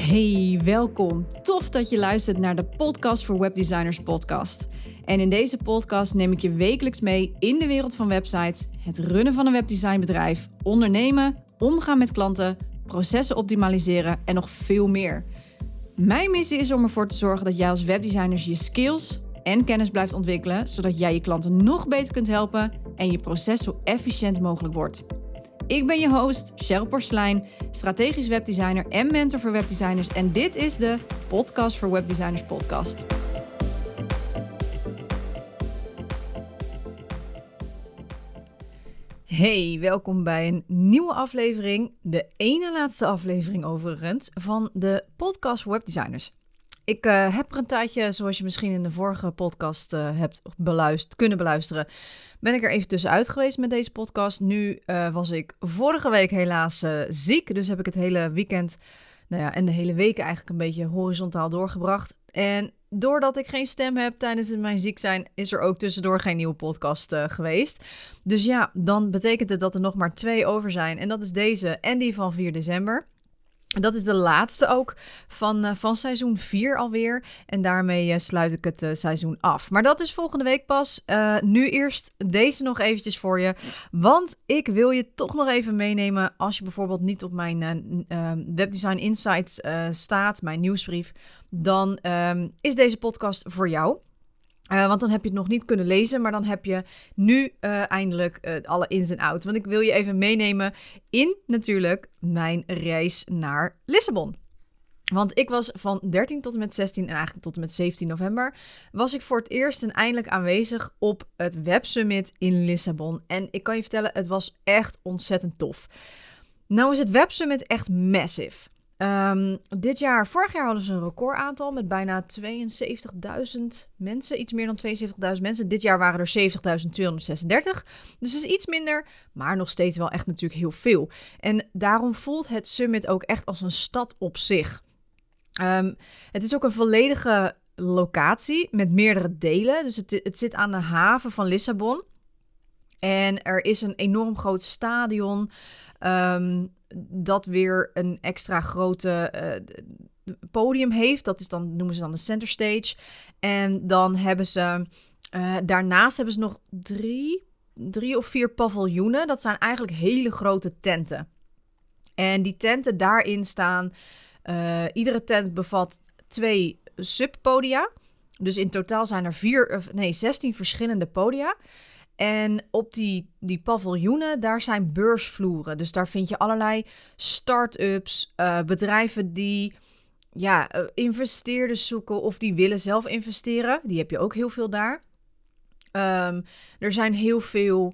Hey, welkom. Tof dat je luistert naar de Podcast voor Webdesigners podcast. En in deze podcast neem ik je wekelijks mee in de wereld van websites, het runnen van een webdesignbedrijf, ondernemen, omgaan met klanten, processen optimaliseren en nog veel meer. Mijn missie is om ervoor te zorgen dat jij als webdesigner je skills en kennis blijft ontwikkelen, zodat jij je klanten nog beter kunt helpen en je proces zo efficiënt mogelijk wordt. Ik ben je host, Cheryl Porcelein, strategisch webdesigner en mentor voor webdesigners. En dit is de Podcast voor Webdesigners podcast. Hey, welkom bij een nieuwe aflevering. De ene laatste aflevering overigens van de Podcast voor Webdesigners. Ik heb er een tijdje, zoals je misschien in de vorige podcast hebt kunnen beluisteren, ben ik er even tussenuit geweest met deze podcast. Nu was ik vorige week helaas ziek, dus heb ik het hele weekend en de hele week eigenlijk een beetje horizontaal doorgebracht. En doordat ik geen stem heb tijdens mijn ziek zijn, is er ook tussendoor geen nieuwe podcast geweest. Dus ja, dan betekent het dat er nog maar 2 over zijn. En dat is deze en die van 4 december. Dat is de laatste ook van seizoen 4 alweer. En daarmee sluit ik het seizoen af. Maar dat is volgende week pas. Nu eerst deze nog eventjes voor je. Want ik wil je toch nog even meenemen als je bijvoorbeeld niet op mijn Webdesign Insights staat, mijn nieuwsbrief. Dan is deze podcast voor jou. Want dan heb je het nog niet kunnen lezen, maar dan heb je nu eindelijk alle ins en outs. Want ik wil je even meenemen in natuurlijk mijn reis naar Lissabon. Want ik was van 13 tot en met 16 en eigenlijk tot en met 17 november... was ik voor het eerst en eindelijk aanwezig op het Web Summit in Lissabon. En ik kan je vertellen, het was echt ontzettend tof. Nou is het Web Summit echt massive. Vorig jaar hadden ze een recordaantal met bijna 72.000 mensen, iets meer dan 72.000 mensen. Dit jaar waren er 70.236, dus het is iets minder, maar nog steeds wel echt natuurlijk heel veel. En daarom voelt het summit ook echt als een stad op zich. Het is ook een volledige locatie met meerdere delen, dus het zit aan de haven van Lissabon. En er is een enorm groot stadion, dat weer een extra grote podium heeft. Dat is dan, noemen ze dan de center stage. En dan hebben ze, daarnaast hebben ze nog 3 of 4 paviljoenen. Dat zijn eigenlijk hele grote tenten. En die tenten daarin staan, iedere tent bevat 2 subpodia. Dus in totaal zijn er 16 verschillende podia. En op die paviljoenen, daar zijn beursvloeren. Dus daar vind je allerlei start-ups, bedrijven die investeerders zoeken of die willen zelf investeren. Die heb je ook heel veel daar. Er zijn heel veel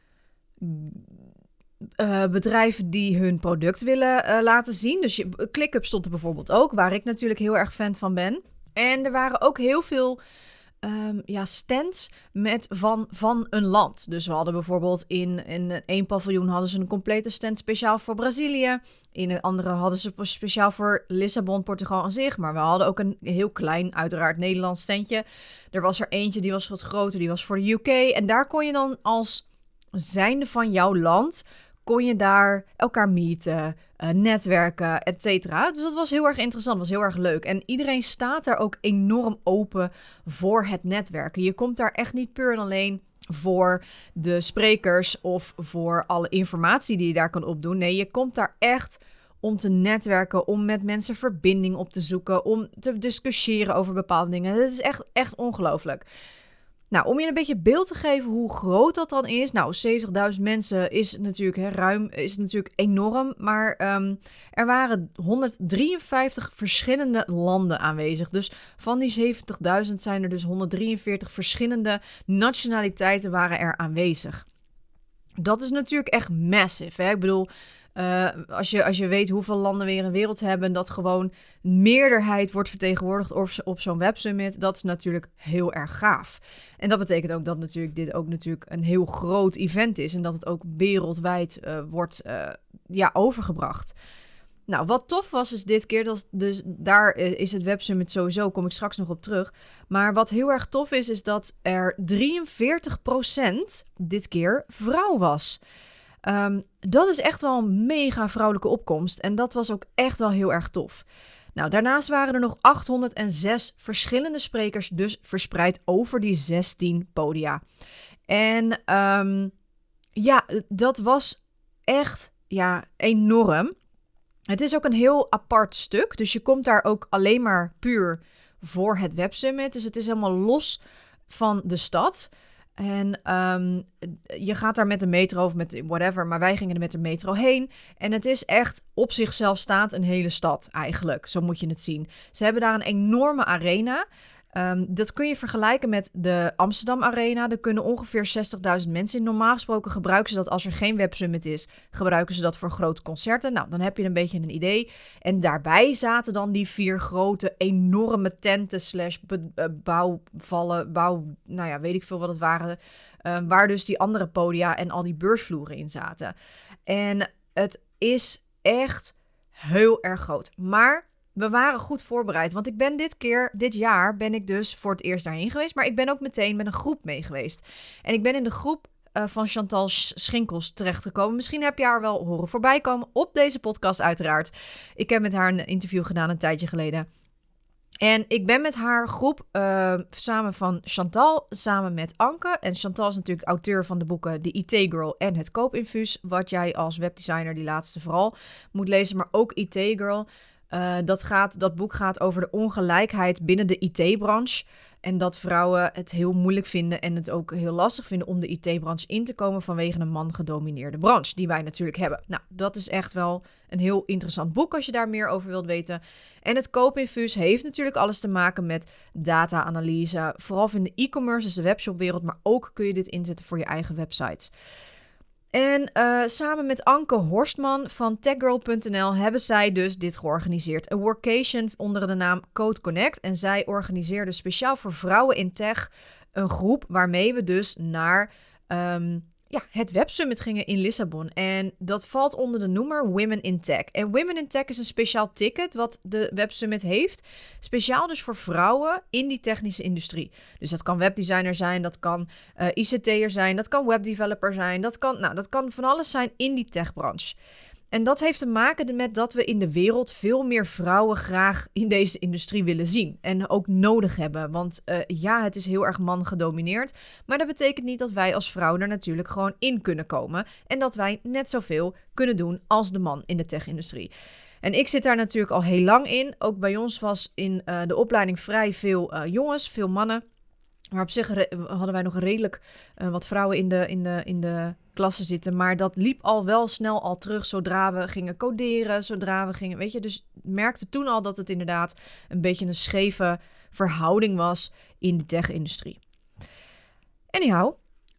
bedrijven die hun product willen laten zien. Dus ClickUp stond er bijvoorbeeld ook, waar ik natuurlijk heel erg fan van ben. En er waren ook heel veel stands van een land. Dus we hadden bijvoorbeeld in één paviljoen hadden ze een complete stand speciaal voor Brazilië. In een andere hadden ze speciaal voor Lissabon, Portugal aan zich. Maar we hadden ook een heel klein, uiteraard Nederlands standje. Er was er eentje, die was wat groter, die was voor de UK. En daar kon je dan als zijnde van jouw land, kon je daar elkaar meeten, netwerken, et cetera. Dus dat was heel erg interessant, was heel erg leuk. En iedereen staat daar ook enorm open voor het netwerken. Je komt daar echt niet puur en alleen voor de sprekers of voor alle informatie die je daar kan opdoen. Nee, je komt daar echt om te netwerken, om met mensen verbinding op te zoeken, om te discussiëren over bepaalde dingen. Dat is echt ongelooflijk. Nou, om je een beetje beeld te geven hoe groot dat dan is. Nou, 70.000 mensen is natuurlijk enorm. Maar er waren 153 verschillende landen aanwezig. Dus van die 70.000 zijn er dus 143 verschillende nationaliteiten waren er aanwezig. Dat is natuurlijk echt massive, hè? Ik bedoel, als je weet hoeveel landen we in de wereld hebben, dat gewoon meerderheid wordt vertegenwoordigd op zo'n websummit, dat is natuurlijk heel erg gaaf. En dat betekent ook dat dit ook natuurlijk een heel groot event is en dat het ook wereldwijd wordt overgebracht. Nou, wat tof was is dit keer, dus daar is het websummit sowieso, kom ik straks nog op terug. Maar wat heel erg tof is dat er 43% dit keer vrouw was. Dat is echt wel een mega vrouwelijke opkomst en dat was ook echt wel heel erg tof. Nou, daarnaast waren er nog 806 verschillende sprekers, dus verspreid over die 16 podia. En dat was echt enorm. Het is ook een heel apart stuk, dus je komt daar ook alleen maar puur voor het Web Summit. Dus het is helemaal los van de stad. En je gaat daar met de metro of met whatever, maar wij gingen er met de metro heen. En het is echt op zichzelf staand een hele stad eigenlijk, zo moet je het zien. Ze hebben daar een enorme arena. Dat kun je vergelijken met de Amsterdam Arena. Er kunnen ongeveer 60.000 mensen in. Normaal gesproken gebruiken ze dat als er geen Web Summit is. Gebruiken ze dat voor grote concerten. Nou, dan heb je een beetje een idee. En daarbij zaten dan die 4 grote, enorme tenten / bouwvallen. Weet ik veel wat het waren. Waar dus die andere podia en al die beursvloeren in zaten. En het is echt heel erg groot. Maar we waren goed voorbereid, want ik ben dit jaar ben ik dus voor het eerst daarheen geweest, maar ik ben ook meteen met een groep mee geweest. En ik ben in de groep van Chantal Schinkels terechtgekomen. Misschien heb je haar wel horen voorbij komen op deze podcast uiteraard. Ik heb met haar een interview gedaan een tijdje geleden. En ik ben met haar groep samen van Chantal, samen met Anke. En Chantal is natuurlijk auteur van de boeken The IT Girl en Het Koopinfuus, wat jij als webdesigner die laatste vooral moet lezen, maar ook IT Girl. Dat boek gaat over de ongelijkheid binnen de IT-branche. En dat vrouwen het heel moeilijk vinden en het ook heel lastig vinden om de IT-branche in te komen vanwege een man-gedomineerde branche, die wij natuurlijk hebben. Nou, dat is echt wel een heel interessant boek als je daar meer over wilt weten. En het Koopinfuus heeft natuurlijk alles te maken met data-analyse, vooral in de e-commerce, dus de webshopwereld, maar ook kun je dit inzetten voor je eigen websites. En samen met Anke Horstman van techgirl.nl hebben zij dus dit georganiseerd. Een workation onder de naam Code Connect. En zij organiseerden speciaal voor vrouwen in tech een groep waarmee we dus naar het Web Summit gingen in Lissabon. En dat valt onder de noemer Women in Tech. En Women in Tech is een speciaal ticket wat de Web Summit heeft. Speciaal dus voor vrouwen in die technische industrie. Dus dat kan webdesigner zijn, dat kan ICT'er zijn, dat kan webdeveloper zijn. Dat kan van alles zijn in die techbranche. En dat heeft te maken met dat we in de wereld veel meer vrouwen graag in deze industrie willen zien. En ook nodig hebben. Want het is heel erg man gedomineerd. Maar dat betekent niet dat wij als vrouw er natuurlijk gewoon in kunnen komen. En dat wij net zoveel kunnen doen als de man in de tech-industrie. En ik zit daar natuurlijk al heel lang in. Ook bij ons was in de opleiding vrij veel jongens, veel mannen. Maar op zich hadden wij nog redelijk wat vrouwen in de klasse zitten. Maar dat liep al wel snel al terug zodra we gingen coderen. Zodra we gingen, dus merkte toen al dat het inderdaad een beetje een scheve verhouding was in de tech-industrie. Anyhow,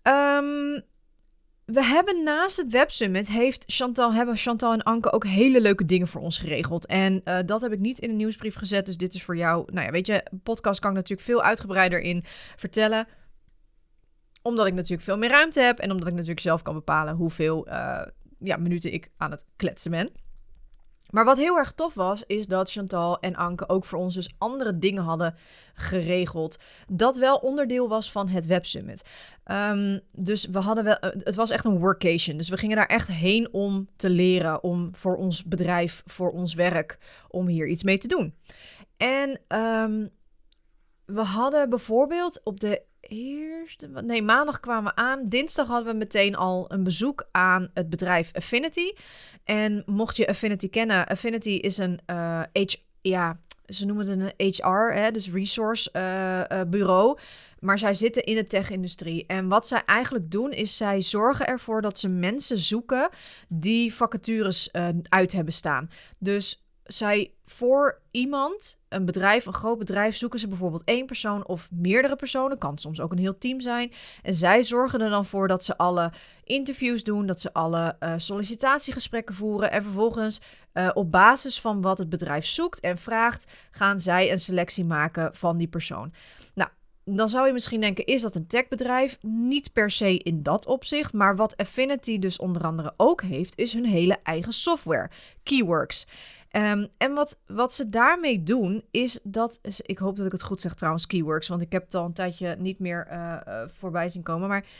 we hebben naast het Web Summit hebben Chantal en Anke ook hele leuke dingen voor ons geregeld. En dat heb ik niet in een nieuwsbrief gezet, dus dit is voor jou. Podcast kan ik natuurlijk veel uitgebreider in vertellen. Omdat ik natuurlijk veel meer ruimte heb en omdat ik natuurlijk zelf kan bepalen hoeveel minuten ik aan het kletsen ben. Maar wat heel erg tof was, is dat Chantal en Anke ook voor ons dus andere dingen hadden geregeld. Dat wel onderdeel was van het Web Summit. Dus het was echt een workation. Dus we gingen daar echt heen om te leren, om voor ons bedrijf, voor ons werk, om hier iets mee te doen. En we hadden bijvoorbeeld op de maandag kwamen we aan. Dinsdag hadden we meteen al een bezoek aan het bedrijf Affinity. En mocht je Affinity kennen, Affinity is een ze noemen het een HR, dus resource bureau. Maar zij zitten in de tech-industrie. En wat zij eigenlijk doen, is zij zorgen ervoor dat ze mensen zoeken die vacatures uit hebben staan. Dus zij voor iemand, een bedrijf, een groot bedrijf, zoeken ze bijvoorbeeld 1 persoon of meerdere personen. Kan soms ook een heel team zijn. En zij zorgen er dan voor dat ze alle interviews doen, dat ze alle sollicitatiegesprekken voeren. En vervolgens op basis van wat het bedrijf zoekt en vraagt, gaan zij een selectie maken van die persoon. Nou, dan zou je misschien denken, is dat een techbedrijf? Niet per se in dat opzicht, maar wat Affinity dus onder andere ook heeft, is hun hele eigen software, Keyworks. En wat ze daarmee doen, is dat... Ik hoop dat ik het goed zeg trouwens, Keyworks, want ik heb het al een tijdje niet meer voorbij zien komen. Maar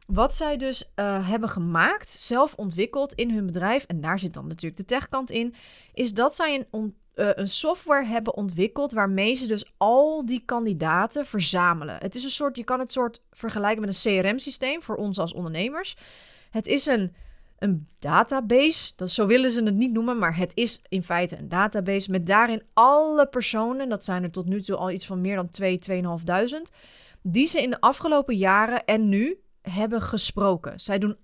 Wat zij dus hebben gemaakt, zelf ontwikkeld in hun bedrijf, en daar zit dan natuurlijk de techkant in, is dat zij een software hebben ontwikkeld waarmee ze dus al die kandidaten verzamelen. Het is een soort, je kan het soort vergelijken met een CRM-systeem voor ons als ondernemers. Het is een database, zo willen ze het niet noemen, maar het is in feite een database met daarin alle personen, dat zijn er tot nu toe al iets van meer dan 2.500, die ze in de afgelopen jaren en nu hebben gesproken. Zij doen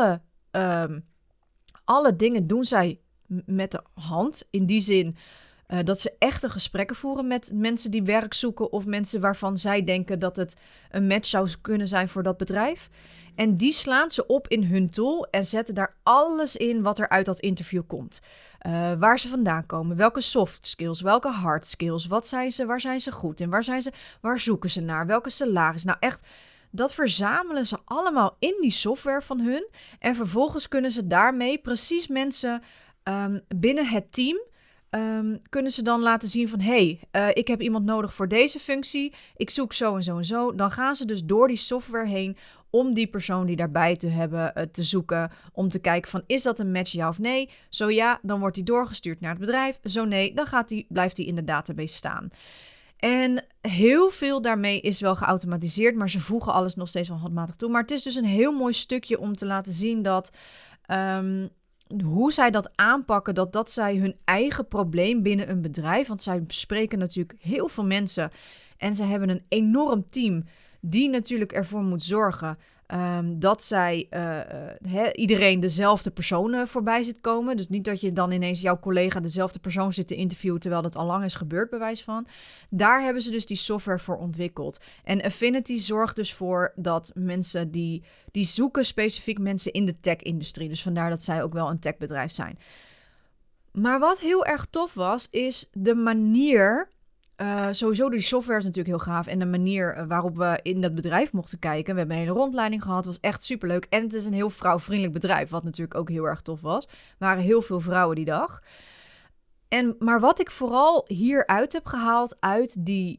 alle dingen doen zij met de hand, in die zin dat ze echte gesprekken voeren met mensen die werk zoeken of mensen waarvan zij denken dat het een match zou kunnen zijn voor dat bedrijf. En die slaan ze op in hun tool en zetten daar alles in wat er uit dat interview komt. Waar ze vandaan komen, welke soft skills, welke hard skills, waar zijn ze goed in, waar zoeken ze naar, welke salaris. Nou echt, dat verzamelen ze allemaal in die software van hun. En vervolgens kunnen ze daarmee precies mensen binnen het team kunnen ze dan laten zien van ik heb iemand nodig voor deze functie. Ik zoek zo en zo en zo. Dan gaan ze dus door die software heen om die persoon die daarbij te hebben te zoeken. Om te kijken van, is dat een match, ja of nee? Zo ja, dan wordt die doorgestuurd naar het bedrijf. Zo nee, dan blijft die in de database staan. En heel veel daarmee is wel geautomatiseerd, maar ze voegen alles nog steeds wel handmatig toe. Maar het is dus een heel mooi stukje om te laten zien dat hoe zij dat aanpakken, dat zij hun eigen probleem binnen een bedrijf, want zij spreken natuurlijk heel veel mensen en ze hebben een enorm team die natuurlijk ervoor moet zorgen dat zij iedereen dezelfde personen voorbij zit komen. Dus niet dat je dan ineens jouw collega dezelfde persoon zit te interviewen, terwijl dat al lang is gebeurd, bewijs van. Daar hebben ze dus die software voor ontwikkeld. En Affinity zorgt dus voor dat mensen die zoeken specifiek mensen in de tech-industrie. Dus vandaar dat zij ook wel een techbedrijf zijn. Maar wat heel erg tof was, is de manier. Sowieso die software is natuurlijk heel gaaf. En de manier waarop we in dat bedrijf mochten kijken. We hebben een hele rondleiding gehad. Was echt superleuk. En het is een heel vrouwvriendelijk bedrijf. Wat natuurlijk ook heel erg tof was. Er waren heel veel vrouwen die dag. Maar wat ik vooral hieruit heb gehaald uit die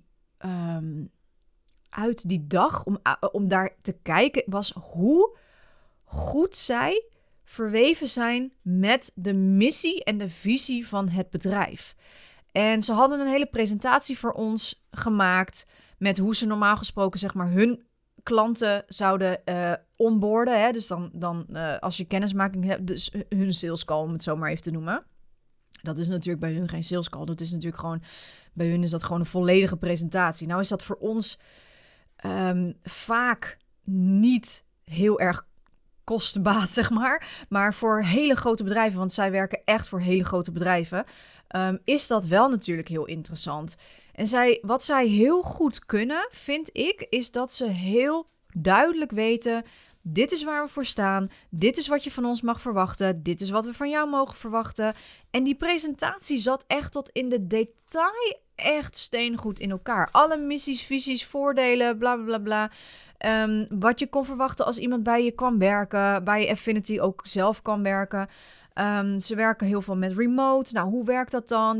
dag. Om daar te kijken. Was hoe goed zij verweven zijn met de missie en de visie van het bedrijf. En ze hadden een hele presentatie voor ons gemaakt met hoe ze normaal gesproken zeg maar hun klanten zouden onboarden. Hè? Dus dan als je kennismaking hebt, dus hun sales call om het zo maar even te noemen. Dat is natuurlijk bij hun geen sales call. Dat is natuurlijk gewoon, bij hun is dat gewoon een volledige presentatie. Nou is dat voor ons vaak niet heel erg kostenbaat, zeg maar. Maar voor hele grote bedrijven, want zij werken echt voor hele grote bedrijven, is dat wel natuurlijk heel interessant. En wat zij heel goed kunnen, vind ik, is dat ze heel duidelijk weten, dit is waar we voor staan, dit is wat je van ons mag verwachten, dit is wat we van jou mogen verwachten. En die presentatie zat echt tot in de detail echt steengoed in elkaar. Alle missies, visies, voordelen, bla bla bla. Wat je kon verwachten als iemand bij je kwam werken, bij Affinity ook zelf kwam werken. Ze werken heel veel met remote. Nou, hoe werkt dat dan?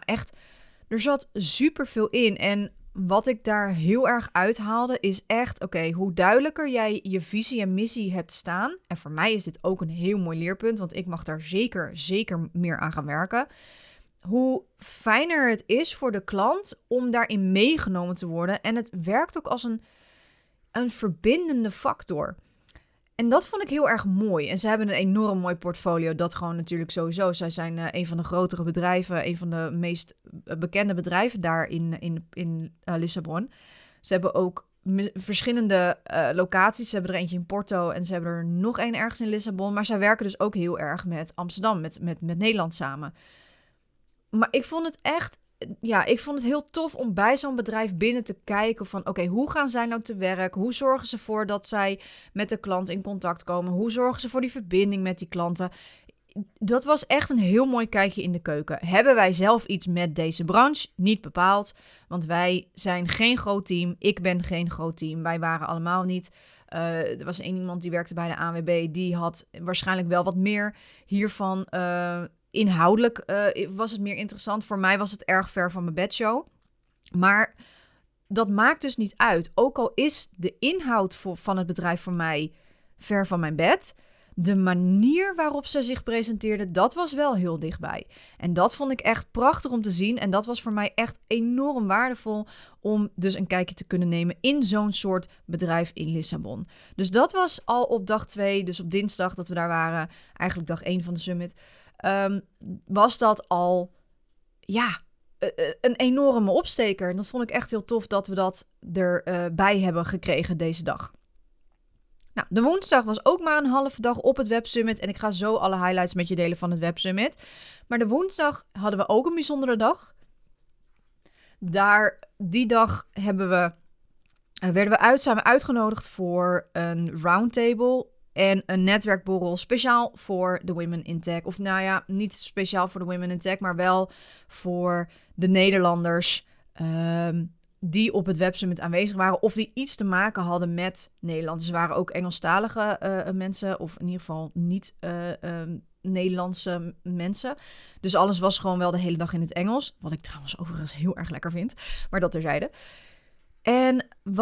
Er zat superveel in. En wat ik daar heel erg uithaalde is echt, oké, hoe duidelijker jij je visie en missie hebt staan. En voor mij is dit ook een heel mooi leerpunt, want ik mag daar zeker meer aan gaan werken. Hoe fijner het is voor de klant om daarin meegenomen te worden. En het werkt ook als een verbindende factor. En dat vond ik heel erg mooi. En ze hebben een enorm mooi portfolio. Dat gewoon natuurlijk sowieso. Zij zijn een van de grotere bedrijven. Een van de meest bekende bedrijven daar in Lissabon. Ze hebben ook verschillende locaties. Ze hebben er eentje in Porto en ze hebben er nog één ergens in Lissabon. Maar zij werken dus ook heel erg met Amsterdam, met Nederland samen. Maar ik vond het heel tof om bij zo'n bedrijf binnen te kijken van oké, hoe gaan zij nou te werk? Hoe zorgen ze ervoor dat zij met de klant in contact komen? Hoe zorgen ze voor die verbinding met die klanten? Dat was echt een heel mooi kijkje in de keuken. Hebben wij zelf iets met deze branche? Niet bepaald, want wij zijn geen groot team. Ik ben geen groot team. Wij waren allemaal niet. Er was iemand die werkte bij de ANWB. Die had waarschijnlijk wel wat meer hiervan. Inhoudelijk was het meer interessant. Voor mij was het erg ver van mijn bedshow. Maar dat maakt dus niet uit. Ook al is de inhoud van het bedrijf voor mij ver van mijn bed. De manier waarop ze zich presenteerde, dat was wel heel dichtbij. En dat vond ik echt prachtig om te zien. En dat was voor mij echt enorm waardevol om dus een kijkje te kunnen nemen in zo'n soort bedrijf in Lissabon. Dus dat was al op dag 2, dus op dinsdag dat we daar waren, eigenlijk dag 1 van de summit, was dat al, een enorme opsteker. En dat vond ik echt heel tof dat we dat erbij hebben gekregen deze dag. Nou, de woensdag was ook maar een halve dag op het Web Summit. En ik ga zo alle highlights met je delen van het Web Summit. Maar de woensdag hadden we ook een bijzondere dag. Die dag werden we samen uitgenodigd voor een roundtable en een netwerkborrel speciaal voor de Women in Tech. Of nou ja, niet speciaal voor de Women in Tech, maar wel voor de Nederlanders die op het Web Summit aanwezig waren of die iets te maken hadden met Nederland. Dus er waren ook Engelstalige mensen, of in ieder geval niet Nederlandse mensen. Dus alles was gewoon wel de hele dag in het Engels. Wat ik trouwens overigens heel erg lekker vind, maar dat terzijde. En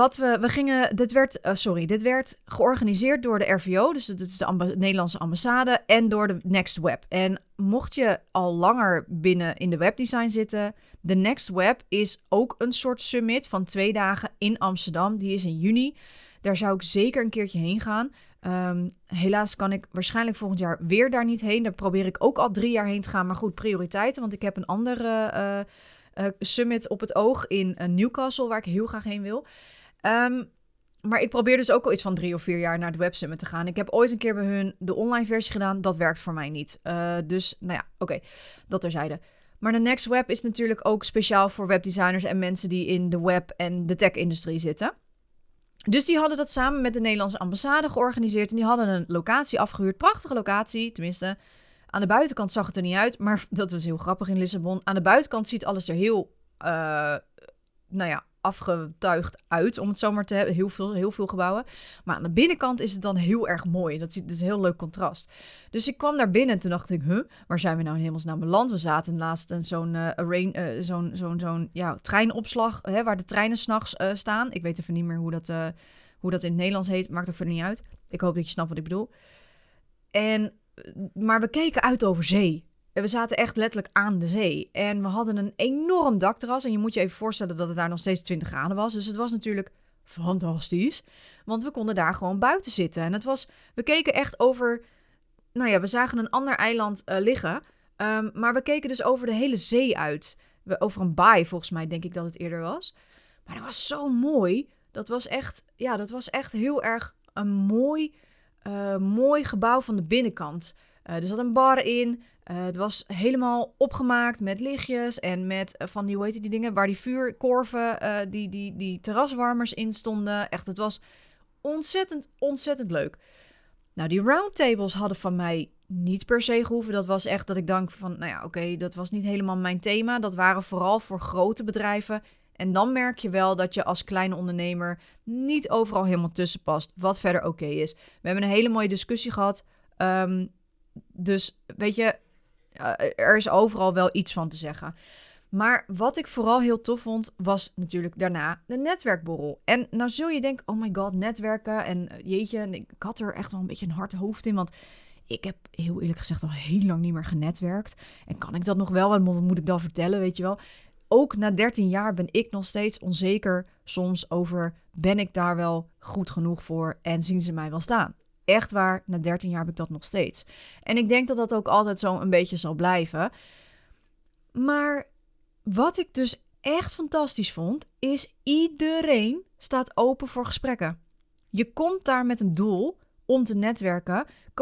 dit werd georganiseerd door de RVO, dus dat is de Nederlandse ambassade, en door de Next Web. En mocht je al langer binnen in de webdesign zitten, de Next Web is ook een soort summit van 2 dagen in Amsterdam. Die is in juni. Daar zou ik zeker een keertje heen gaan. Helaas kan ik waarschijnlijk volgend jaar weer daar niet heen. Daar probeer ik ook al 3 jaar heen te gaan. Maar goed, prioriteiten, want ik heb een andere summit op het oog in Newcastle, waar ik heel graag heen wil. Maar ik probeer dus ook al iets van 3 of 4 jaar naar het Web Summit te gaan. Ik heb ooit een keer bij hun de online versie gedaan. Dat werkt voor mij niet. Dus, nou ja, oké. Dat terzijde. Maar de Next Web is natuurlijk ook speciaal voor webdesigners en mensen die in de web- en de tech-industrie zitten. Dus die hadden dat samen met de Nederlandse ambassade georganiseerd. En die hadden een locatie afgehuurd. Prachtige locatie, tenminste. Aan de buitenkant zag het er niet uit, maar dat was heel grappig in Lissabon. Aan de buitenkant ziet alles er heel, afgetuigd uit, om het zo maar te hebben. Heel veel gebouwen. Maar aan de binnenkant is het dan heel erg mooi. Dat is een heel leuk contrast. Dus ik kwam daar binnen en toen dacht ik, waar zijn we nou in hemelsnaam beland? We zaten naast zo'n treinopslag, waar de treinen 's nachts staan. Ik weet even niet meer hoe dat in het Nederlands heet. Maakt er verder niet uit. Ik hoop dat je snapt wat ik bedoel. Maar we keken uit over zee. We zaten echt letterlijk aan de zee. En we hadden een enorm dakterras. En je moet je even voorstellen dat het daar nog steeds 20 graden was. Dus het was natuurlijk fantastisch. Want we konden daar gewoon buiten zitten. En we keken echt over... Nou ja, we zagen een ander eiland liggen. Maar we keken dus over de hele zee uit. Over een baai, volgens mij, denk ik dat het eerder was. Maar dat was zo mooi. Dat was echt heel erg een mooi gebouw van de binnenkant. Er zat een bar in. Het was helemaal opgemaakt met lichtjes en met van die, hoe heet die dingen, waar die vuurkorven, die terraswarmers in stonden. Echt, het was ontzettend, ontzettend leuk. Nou, die roundtables hadden van mij niet per se gehoeven. Dat was echt dat ik dacht van, nou ja, oké, dat was niet helemaal mijn thema. Dat waren vooral voor grote bedrijven. En dan merk je wel dat je als kleine ondernemer niet overal helemaal tussen past. Wat verder oké is. We hebben een hele mooie discussie gehad. Dus weet je, er is overal wel iets van te zeggen. Maar wat ik vooral heel tof vond, was natuurlijk daarna de netwerkborrel. En nou zul je denken, oh my god, netwerken. En jeetje, en ik had er echt wel een beetje een hard hoofd in. Want ik heb heel eerlijk gezegd al heel lang niet meer genetwerkt. En kan ik dat nog wel? Wat moet ik dan vertellen, weet je wel? Ook na 13 jaar ben ik nog steeds onzeker soms over, ben ik daar wel goed genoeg voor en zien ze mij wel staan? Echt waar, na 13 jaar heb ik dat nog steeds. En ik denk dat dat ook altijd zo een beetje zal blijven. Maar wat ik dus echt fantastisch vond, is iedereen staat open voor gesprekken. Je komt daar met een doel om te netwerken.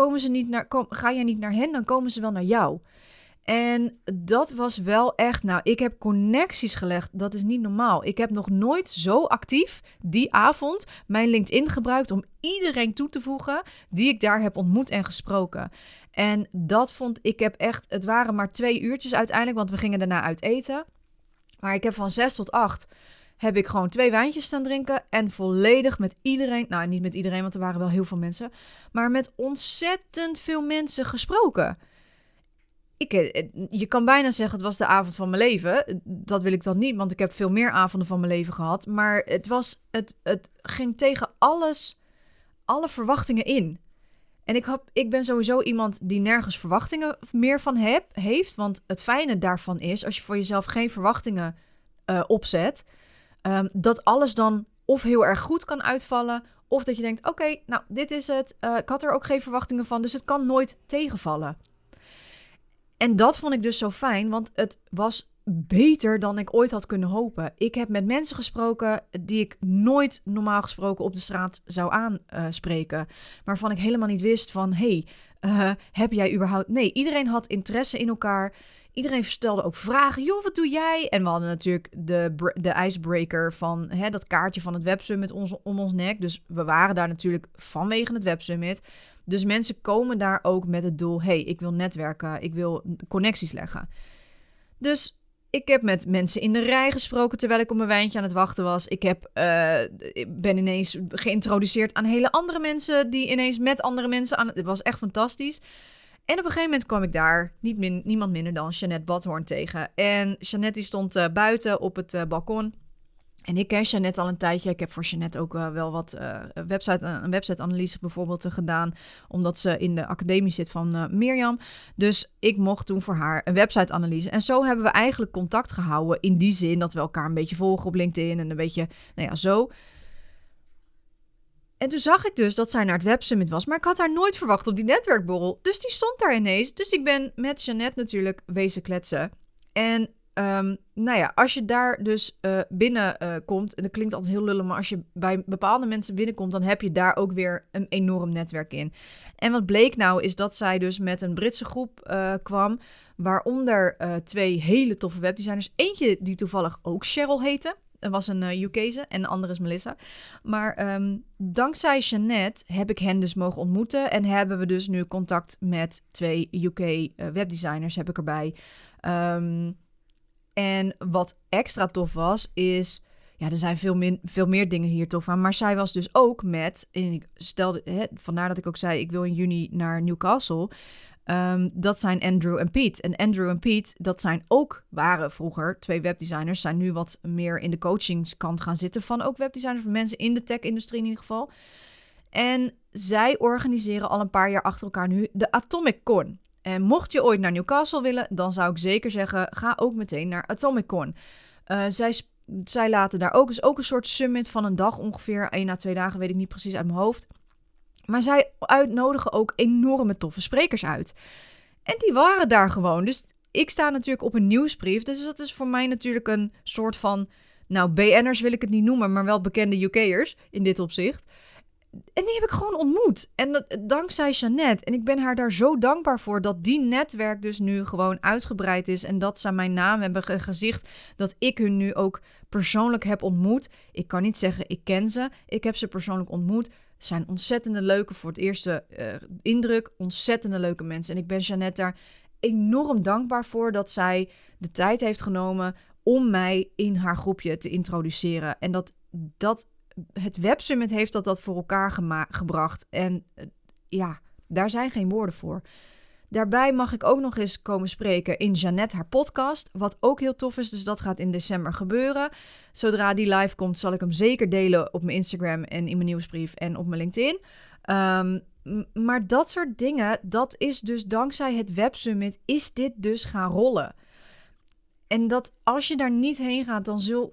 Ga je niet naar hen, dan komen ze wel naar jou. En dat was wel echt, nou, ik heb connecties gelegd. Dat is niet normaal. Ik heb nog nooit zo actief die avond mijn LinkedIn gebruikt om iedereen toe te voegen die ik daar heb ontmoet en gesproken. En dat vond ik het waren maar 2 uurtjes uiteindelijk, want we gingen daarna uit eten. Maar ik heb van 6 tot 8 heb ik gewoon 2 wijntjes staan drinken en volledig met iedereen, nou niet met iedereen, want er waren wel heel veel mensen, maar met ontzettend veel mensen gesproken. Je kan bijna zeggen, het was de avond van mijn leven. Dat wil ik dan niet, want ik heb veel meer avonden van mijn leven gehad. Maar het ging tegen alle verwachtingen in. En ik ben sowieso iemand die nergens verwachtingen meer van heeft. Want het fijne daarvan is, als je voor jezelf geen verwachtingen opzet, dat alles dan of heel erg goed kan uitvallen, of dat je denkt, oké, nou, dit is het. Ik had er ook geen verwachtingen van, dus het kan nooit tegenvallen. En dat vond ik dus zo fijn, want het was beter dan ik ooit had kunnen hopen. Ik heb met mensen gesproken die ik nooit normaal gesproken op de straat zou aanspreken. Waarvan ik helemaal niet wist van, heb jij überhaupt... Nee, iedereen had interesse in elkaar. Iedereen stelde ook vragen. Joh, wat doe jij? En we hadden natuurlijk de icebreaker van dat kaartje van het Web Summit om ons nek. Dus we waren daar natuurlijk vanwege het Web Summit. Dus mensen komen daar ook met het doel, ik wil netwerken, ik wil connecties leggen. Dus ik heb met mensen in de rij gesproken terwijl ik op mijn wijntje aan het wachten was. Ik ben ineens geïntroduceerd aan hele andere mensen die ineens met andere mensen aan het was echt fantastisch. En op een gegeven moment kwam ik daar niemand minder dan Jeanette Badhoorn tegen. En Jeanette die stond buiten op het balkon. En ik ken Jeanette al een tijdje. Ik heb voor Jeanette ook wel wat een website-analyse bijvoorbeeld gedaan. Omdat ze in de academie zit van Mirjam. Dus ik mocht toen voor haar een website-analyse. En zo hebben we eigenlijk contact gehouden. In die zin dat we elkaar een beetje volgen op LinkedIn. En een beetje, zo. En toen zag ik dus dat zij naar het Web Summit was. Maar ik had haar nooit verwacht op die netwerkborrel. Dus die stond daar ineens. Dus ik ben met Jeanette natuurlijk wezen kletsen. En als je daar dus binnenkomt, en dat klinkt altijd heel lullig, maar als je bij bepaalde mensen binnenkomt, dan heb je daar ook weer een enorm netwerk in. En wat bleek nou, is dat zij dus met een Britse groep kwam, waaronder 2 hele toffe webdesigners. Eentje die toevallig ook Cheryl heette. Dat was een UK'ze en de andere is Melissa. Maar dankzij Jeanette heb ik hen dus mogen ontmoeten en hebben we dus nu contact met 2 UK webdesigners heb ik erbij. En wat extra tof was, is... Ja, er zijn veel meer dingen hier tof aan. Maar zij was dus ook met... En ik stelde, vandaar dat ik ook zei... Ik wil in juni naar Newcastle. Dat zijn Andrew en Piet. En Andrew en Piet, waren vroeger 2 webdesigners. Zijn nu wat meer in de coachingskant gaan zitten. Van ook webdesigners, van mensen in de tech-industrie in ieder geval. En zij organiseren al een paar jaar achter elkaar nu de Atomic Con. En mocht je ooit naar Newcastle willen, dan zou ik zeker zeggen, ga ook meteen naar Atomic Con. Zij laten daar ook, is ook een soort summit van een dag ongeveer, 1 à 2 dagen, weet ik niet precies uit mijn hoofd. Maar zij uitnodigen ook enorme toffe sprekers uit. En die waren daar gewoon. Dus ik sta natuurlijk op een nieuwsbrief, dus dat is voor mij natuurlijk een soort van, BN'ers wil ik het niet noemen, maar wel bekende UK'ers in dit opzicht. En die heb ik gewoon ontmoet. En dat, dankzij Jeanette. En ik ben haar daar zo dankbaar voor dat die netwerk dus nu gewoon uitgebreid is. En dat ze mijn naam hebben gezicht. Dat ik hun nu ook persoonlijk heb ontmoet. Ik kan niet zeggen ik ken ze. Ik heb ze persoonlijk ontmoet. Ze zijn ontzettende leuke voor het eerste indruk. Ontzettende leuke mensen. En ik ben Jeanette daar enorm dankbaar voor dat zij de tijd heeft genomen om mij in haar groepje te introduceren. En dat het Web Summit heeft dat voor elkaar gebracht. En daar zijn geen woorden voor. Daarbij mag ik ook nog eens komen spreken in Jeanette haar podcast. Wat ook heel tof is, dus dat gaat in december gebeuren. Zodra die live komt, zal ik hem zeker delen op mijn Instagram en in mijn nieuwsbrief en op mijn LinkedIn. Maar dat soort dingen, dat is dus dankzij het Web Summit, is dit dus gaan rollen. En dat als je daar niet heen gaat, dan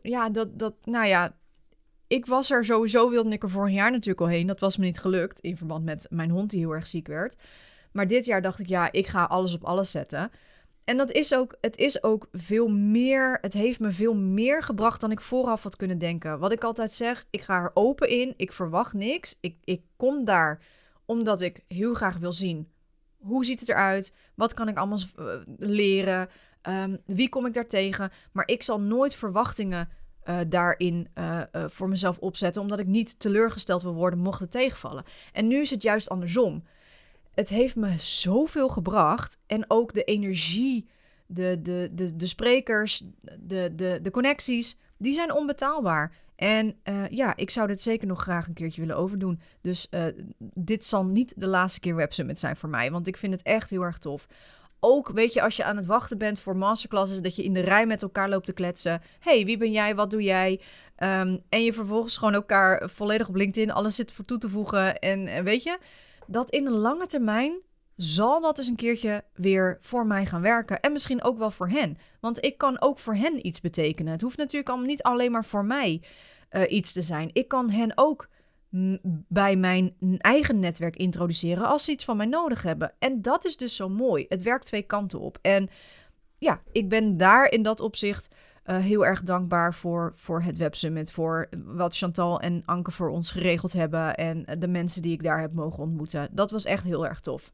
ik was er sowieso, wilde ik er vorig jaar natuurlijk al heen. Dat was me niet gelukt, in verband met mijn hond die heel erg ziek werd. Maar dit jaar dacht ik, ik ga alles op alles zetten. En het is ook veel meer, het heeft me veel meer gebracht dan ik vooraf had kunnen denken. Wat ik altijd zeg, ik ga er open in, ik verwacht niks. Ik kom daar omdat ik heel graag wil zien, hoe ziet het eruit? Wat kan ik allemaal leren? Wie kom ik daar tegen? Maar ik zal nooit verwachtingen daarin voor mezelf opzetten, omdat ik niet teleurgesteld wil worden mocht het tegenvallen. En nu is het juist andersom. Het heeft me zoveel gebracht en ook de energie, de sprekers, de connecties, die zijn onbetaalbaar. En ik zou dit zeker nog graag een keertje willen overdoen. Dus dit zal niet de laatste keer Web Summit zijn voor mij, want ik vind het echt heel erg tof. Ook, weet je, als je aan het wachten bent voor masterclasses, dat je in de rij met elkaar loopt te kletsen. Hey, wie ben jij? Wat doe jij? En je vervolgens gewoon elkaar volledig op LinkedIn alles zit voor toe te voegen. En weet je, dat in de lange termijn zal dat eens een keertje weer voor mij gaan werken. En misschien ook wel voor hen. Want ik kan ook voor hen iets betekenen. Het hoeft natuurlijk allemaal niet alleen maar voor mij iets te zijn. Ik kan hen ook bij mijn eigen netwerk introduceren als ze iets van mij nodig hebben. En dat is dus zo mooi. Het werkt twee kanten op. En ja, ik ben daar in dat opzicht heel erg dankbaar voor het Web Summit. Voor wat Chantal en Anke voor ons geregeld hebben. En de mensen die ik daar heb mogen ontmoeten. Dat was echt heel erg tof.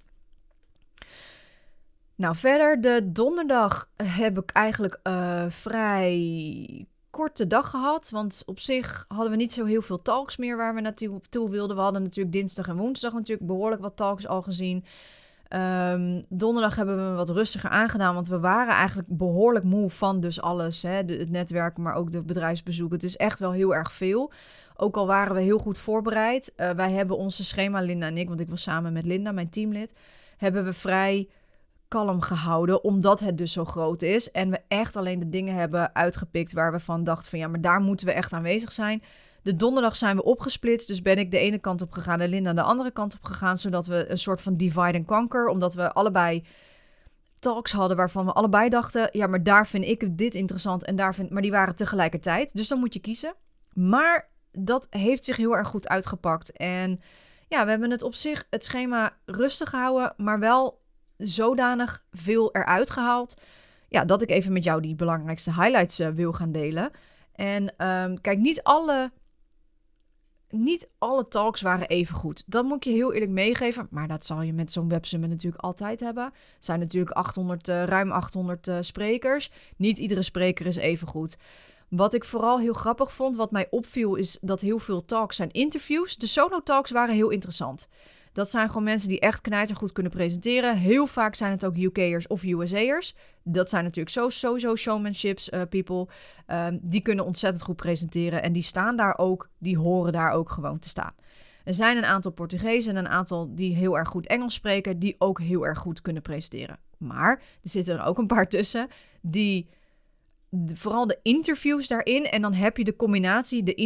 Nou, verder de donderdag heb ik eigenlijk vrij korte dag gehad. Want op zich hadden we niet zo heel veel talks meer waar we naartoe wilden. We hadden natuurlijk dinsdag en woensdag natuurlijk behoorlijk wat talks al gezien. Donderdag hebben we wat rustiger aangedaan, want we waren eigenlijk behoorlijk moe van dus alles. Hè? Het netwerk, maar ook de bedrijfsbezoeken. Het is echt wel heel erg veel. Ook al waren we heel goed voorbereid. Wij hebben onze schema, Linda en ik, want ik was samen met Linda, mijn teamlid, hebben we vrij kalm gehouden, omdat het dus zo groot is. En we echt alleen de dingen hebben uitgepikt waar we van dachten van ja, maar daar moeten we echt aanwezig zijn. De donderdag zijn we opgesplitst, dus ben ik de ene kant op gegaan en Linda de andere kant op gegaan, zodat we een soort van divide and conquer, omdat we allebei talks hadden waarvan we allebei dachten, ja, maar daar vind ik dit interessant en maar die waren tegelijkertijd. Dus dan moet je kiezen. Maar dat heeft zich heel erg goed uitgepakt. En ja, we hebben het op zich, het schema rustig gehouden, maar wel zodanig veel eruit gehaald, ja, dat ik even met jou die belangrijkste highlights wil gaan delen. En kijk, niet alle talks waren even goed. Dat moet ik je heel eerlijk meegeven. Maar dat zal je met zo'n Web Summit natuurlijk altijd hebben. Er zijn natuurlijk ruim 800 sprekers. Niet iedere spreker is even goed. Wat ik vooral heel grappig vond, wat mij opviel, is dat heel veel talks zijn interviews. De solo talks waren heel interessant. Dat zijn gewoon mensen die echt knijtergoed kunnen presenteren. Heel vaak zijn het ook UK'ers of USA'ers. Dat zijn natuurlijk sowieso showmanships people. Die kunnen ontzettend goed presenteren. En die staan daar ook, die horen daar ook gewoon te staan. Er zijn een aantal Portugezen en een aantal die heel erg goed Engels spreken, die ook heel erg goed kunnen presenteren. Maar er zitten er ook een paar tussen die vooral de interviews daarin. En dan heb je de combinatie de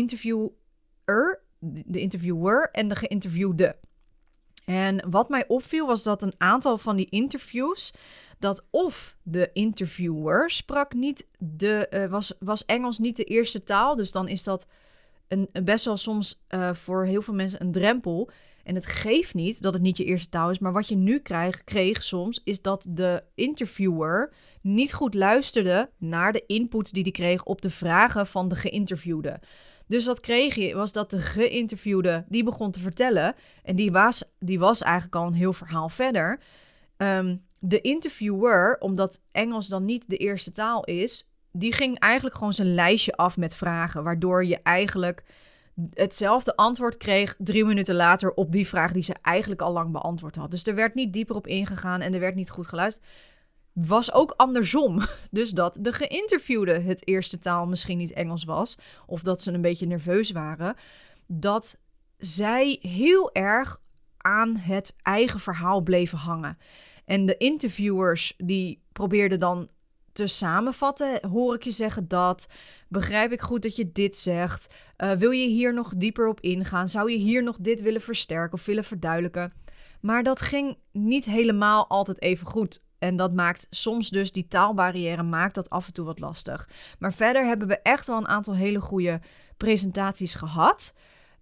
interviewer en de geïnterviewde. En wat mij opviel was dat een aantal van die interviews, dat of de interviewer sprak niet was Engels niet de eerste taal. Dus dan is dat best wel soms voor heel veel mensen een drempel. En het geeft niet dat het niet je eerste taal is. Maar wat je nu kreeg soms, is dat de interviewer niet goed luisterde naar de input die hij kreeg op de vragen van de geïnterviewde. Dus wat kreeg je, was dat de geïnterviewde, die begon te vertellen. En die was eigenlijk al een heel verhaal verder. De interviewer, omdat Engels dan niet de eerste taal is, die ging eigenlijk gewoon zijn lijstje af met vragen. Waardoor je eigenlijk hetzelfde antwoord kreeg 3 minuten later op die vraag die ze eigenlijk al lang beantwoord had. Dus er werd niet dieper op ingegaan en er werd niet goed geluisterd. Was ook andersom. Dus dat de geïnterviewde het eerste taal misschien niet Engels was, of dat ze een beetje nerveus waren, dat zij heel erg aan het eigen verhaal bleven hangen. En de interviewers die probeerden dan te samenvatten. Hoor ik je zeggen dat? Begrijp ik goed dat je dit zegt? Wil je hier nog dieper op ingaan? Zou je hier nog dit willen versterken of willen verduidelijken? Maar dat ging niet helemaal altijd even goed. En dat maakt soms dus, die taalbarrière maakt dat af en toe wat lastig. Maar verder hebben we echt wel een aantal hele goede presentaties gehad.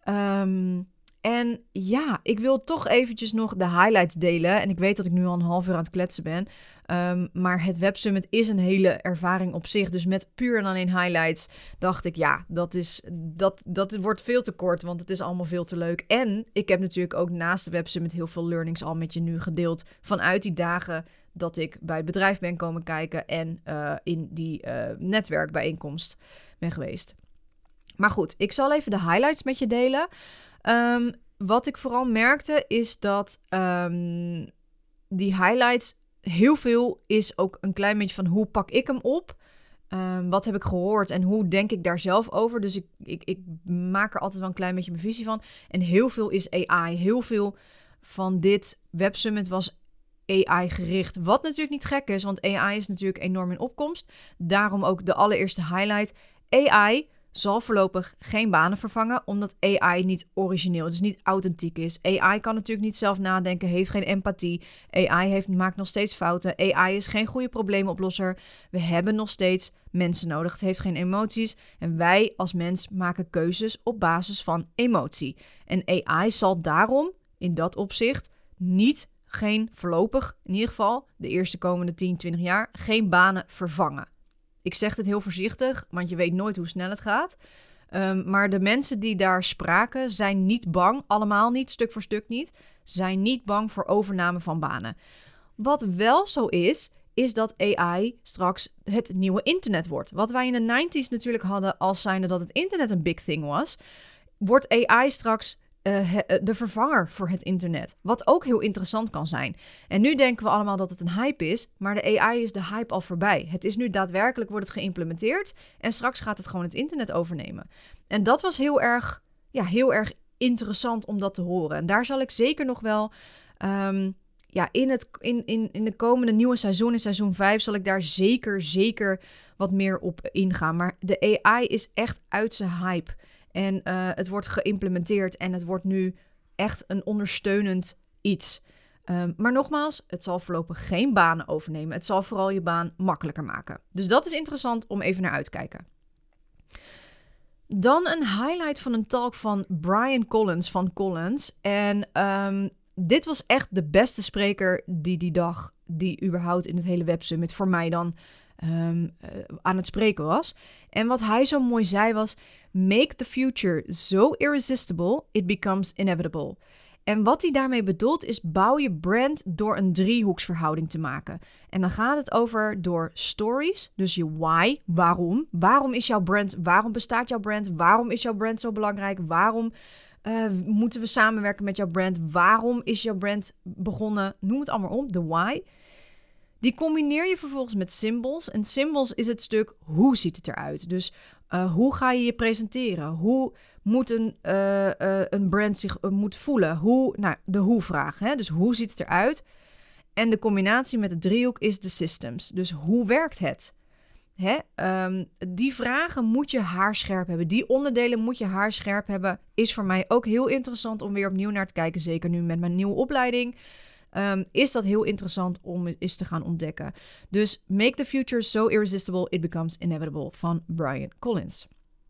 En ja, ik wil toch eventjes nog de highlights delen. En ik weet dat ik nu al een half uur aan het kletsen ben. Maar het Web Summit is een hele ervaring op zich. Dus met puur en alleen highlights dacht ik, ja, dat wordt veel te kort. Want het is allemaal veel te leuk. En ik heb natuurlijk ook naast de Web Summit heel veel learnings al met je nu gedeeld. Vanuit die dagen dat ik bij het bedrijf ben komen kijken. En in die netwerkbijeenkomst ben geweest. Maar goed, ik zal even de highlights met je delen. Wat ik vooral merkte is dat die highlights, heel veel is ook een klein beetje van hoe pak ik hem op? Wat heb ik gehoord en hoe denk ik daar zelf over? Dus ik maak er altijd wel een klein beetje mijn visie van. En heel veel is AI. Heel veel van dit Web Summit was AI gericht. Wat natuurlijk niet gek is, want AI is natuurlijk enorm in opkomst. Daarom ook de allereerste highlight. AI zal voorlopig geen banen vervangen, omdat AI niet origineel, dus niet authentiek is. AI kan natuurlijk niet zelf nadenken, heeft geen empathie. AI maakt nog steeds fouten. AI is geen goede probleemoplosser. We hebben nog steeds mensen nodig. Het heeft geen emoties. En wij als mens maken keuzes op basis van emotie. En AI zal daarom in dat opzicht voorlopig, in ieder geval de eerste komende 10, 20 jaar, geen banen vervangen. Ik zeg het heel voorzichtig, want je weet nooit hoe snel het gaat. Maar de mensen die daar spraken zijn niet bang, allemaal niet, stuk voor stuk niet, zijn niet bang voor overname van banen. Wat wel zo is dat AI straks het nieuwe internet wordt. Wat wij in de 90s natuurlijk hadden als zijnde dat het internet een big thing was, wordt AI straks de vervanger voor het internet. Wat ook heel interessant kan zijn. En nu denken we allemaal dat het een hype is, maar de AI is de hype al voorbij. Het is nu daadwerkelijk, wordt het geïmplementeerd en straks gaat het gewoon het internet overnemen. En dat was heel erg interessant om dat te horen. En daar zal ik zeker nog wel in de komende nieuwe seizoen, in seizoen 5, zal ik daar zeker wat meer op ingaan. Maar de AI is echt uit zijn hype. En het wordt geïmplementeerd en het wordt nu echt een ondersteunend iets. Maar nogmaals, het zal voorlopig geen banen overnemen. Het zal vooral je baan makkelijker maken. Dus dat is interessant om even naar uit te kijken. Dan een highlight van een talk van Brian Collins van Collins. En dit was echt de beste spreker die dag, die überhaupt in het hele Web Summit voor mij dan aan het spreken was. En wat hij zo mooi zei was: make the future so irresistible, it becomes inevitable. En wat hij daarmee bedoelt is: bouw je brand door een driehoeksverhouding te maken. En dan gaat het over door stories, dus je why, waarom. Waarom is jouw brand, waarom bestaat jouw brand, waarom is jouw brand zo belangrijk, waarom moeten we samenwerken met jouw brand, waarom is jouw brand begonnen, noem het allemaal op, de why. Die combineer je vervolgens met symbols. En symbols is het stuk hoe ziet het eruit. Dus hoe ga je je presenteren? Hoe moet een brand zich moet voelen? De hoe-vraag. Hè? Dus hoe ziet het eruit? En de combinatie met de driehoek is de systems. Dus hoe werkt het? Hè? Die vragen moet je haarscherp hebben. Die onderdelen moet je haarscherp hebben. Is voor mij ook heel interessant om weer opnieuw naar te kijken. Zeker nu met mijn nieuwe opleiding. Is dat heel interessant om eens te gaan ontdekken. Dus make the future so irresistible, it becomes inevitable van Brian Collins.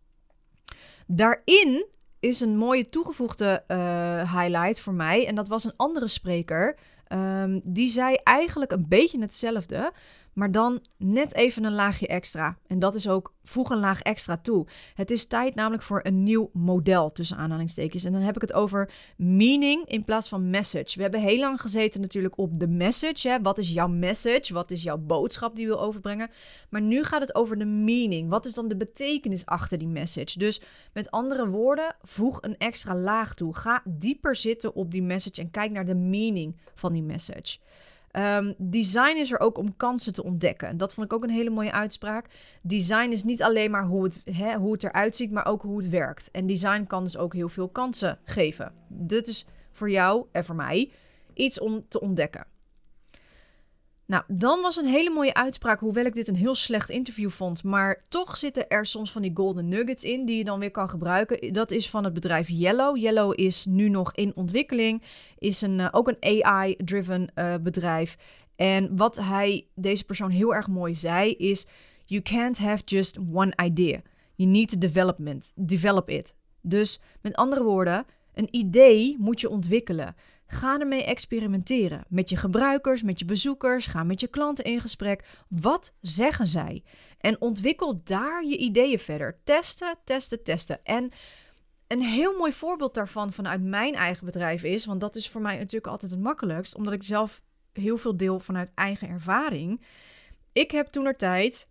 Daarin is een mooie toegevoegde highlight voor mij. En dat was een andere spreker. Die zei eigenlijk een beetje hetzelfde, maar dan net even een laagje extra. En dat is ook, voeg een laag extra toe. Het is tijd namelijk voor een nieuw model, tussen aanhalingstekens. En dan heb ik het over meaning in plaats van message. We hebben heel lang gezeten natuurlijk op de message. Hè? Wat is jouw message? Wat is jouw boodschap die je wil overbrengen? Maar nu gaat het over de meaning. Wat is dan de betekenis achter die message? Dus met andere woorden, voeg een extra laag toe. Ga dieper zitten op die message en kijk naar de meaning van die message. Design is er ook om kansen te ontdekken. En dat vond ik ook een hele mooie uitspraak. Design is niet alleen maar hoe het eruit ziet, maar ook hoe het werkt. En design kan dus ook heel veel kansen geven. Dit is voor jou en voor mij iets om te ontdekken. Nou, dan was een hele mooie uitspraak, hoewel ik dit een heel slecht interview vond. Maar toch zitten er soms van die golden nuggets in die je dan weer kan gebruiken. Dat is van het bedrijf Yellow. Yellow is nu nog in ontwikkeling. Is ook een AI-driven bedrijf. En wat deze persoon heel erg mooi zei is: you can't have just one idea. You need to develop it. Dus met andere woorden, een idee moet je ontwikkelen. Ga ermee experimenteren. Met je gebruikers, met je bezoekers. Ga met je klanten in gesprek. Wat zeggen zij? En ontwikkel daar je ideeën verder. Testen. En een heel mooi voorbeeld daarvan vanuit mijn eigen bedrijf is, want dat is voor mij natuurlijk altijd het makkelijkst, omdat ik zelf heel veel deel vanuit eigen ervaring. Ik heb toentertijd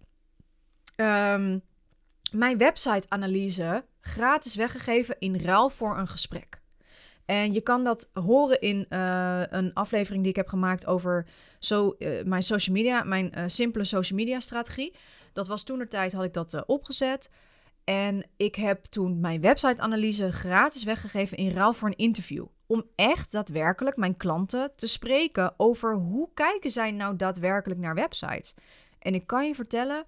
mijn website-analyse gratis weggegeven in ruil voor een gesprek. En je kan dat horen in een aflevering die ik heb gemaakt over mijn social media, mijn simpele social media strategie. Dat was toentertijd, had ik dat opgezet. En ik heb toen mijn website-analyse gratis weggegeven in ruil voor een interview. Om echt daadwerkelijk mijn klanten te spreken over hoe kijken zij nou daadwerkelijk naar websites. En ik kan je vertellen,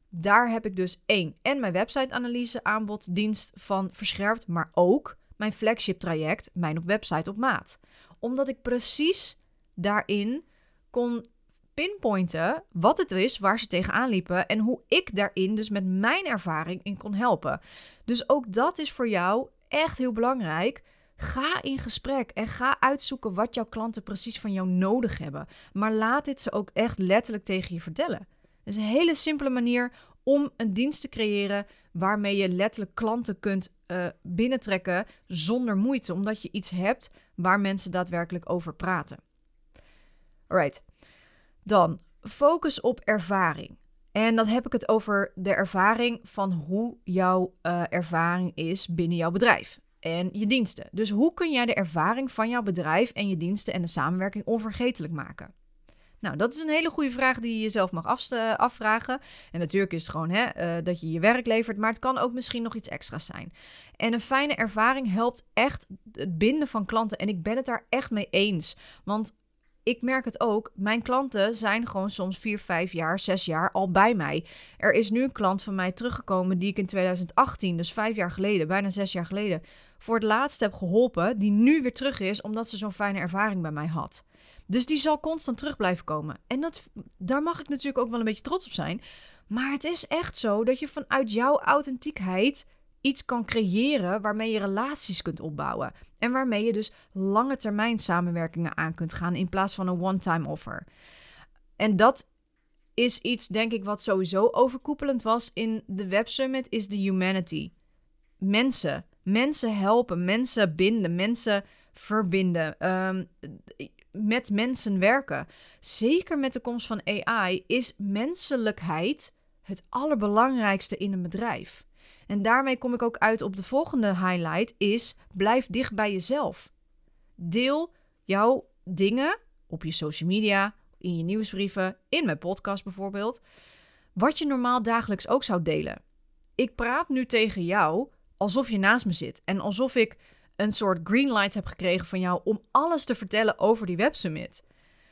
Daar heb ik dus en mijn website-analyse aanboddienst van verscherpt, maar ook mijn flagship traject, mijn op website op maat. Omdat ik precies daarin kon pinpointen wat het is waar ze tegenaan liepen en hoe ik daarin dus met mijn ervaring in kon helpen. Dus ook dat is voor jou echt heel belangrijk. Ga in gesprek en ga uitzoeken wat jouw klanten precies van jou nodig hebben. Maar laat dit ze ook echt letterlijk tegen je vertellen. Het is een hele simpele manier om een dienst te creëren waarmee je letterlijk klanten kunt binnentrekken zonder moeite. Omdat je iets hebt waar mensen daadwerkelijk over praten. Alright. Dan focus op ervaring. En dan heb ik het over de ervaring van hoe jouw ervaring is binnen jouw bedrijf en je diensten. Dus hoe kun jij de ervaring van jouw bedrijf en je diensten en de samenwerking onvergetelijk maken? Nou, dat is een hele goede vraag die je jezelf mag afvragen. En natuurlijk is het gewoon dat je je werk levert, maar het kan ook misschien nog iets extra's zijn. En een fijne ervaring helpt echt het binden van klanten. En ik ben het daar echt mee eens. Want ik merk het ook, mijn klanten zijn gewoon soms 4, 5 jaar, 6 jaar al bij mij. Er is nu een klant van mij teruggekomen die ik in 2018, dus 5 jaar geleden, bijna 6 jaar geleden, voor het laatst heb geholpen, die nu weer terug is omdat ze zo'n fijne ervaring bij mij had. Dus die zal constant terug blijven komen. En daar mag ik natuurlijk ook wel een beetje trots op zijn. Maar het is echt zo dat je vanuit jouw authentiekheid iets kan creëren waarmee je relaties kunt opbouwen. En waarmee je dus lange termijn samenwerkingen aan kunt gaan in plaats van een one-time offer. En dat is iets, denk ik, wat sowieso overkoepelend was in de Web Summit, is de humanity. Mensen helpen, mensen binden, mensen verbinden, met mensen werken. Zeker met de komst van AI is menselijkheid het allerbelangrijkste in een bedrijf. En daarmee kom ik ook uit op de volgende highlight, is blijf dicht bij jezelf. Deel jouw dingen op je social media, in je nieuwsbrieven, in mijn podcast bijvoorbeeld, wat je normaal dagelijks ook zou delen. Ik praat nu tegen jou alsof je naast me zit en alsof ik een soort green light heb gekregen van jou om alles te vertellen over die Web Summit.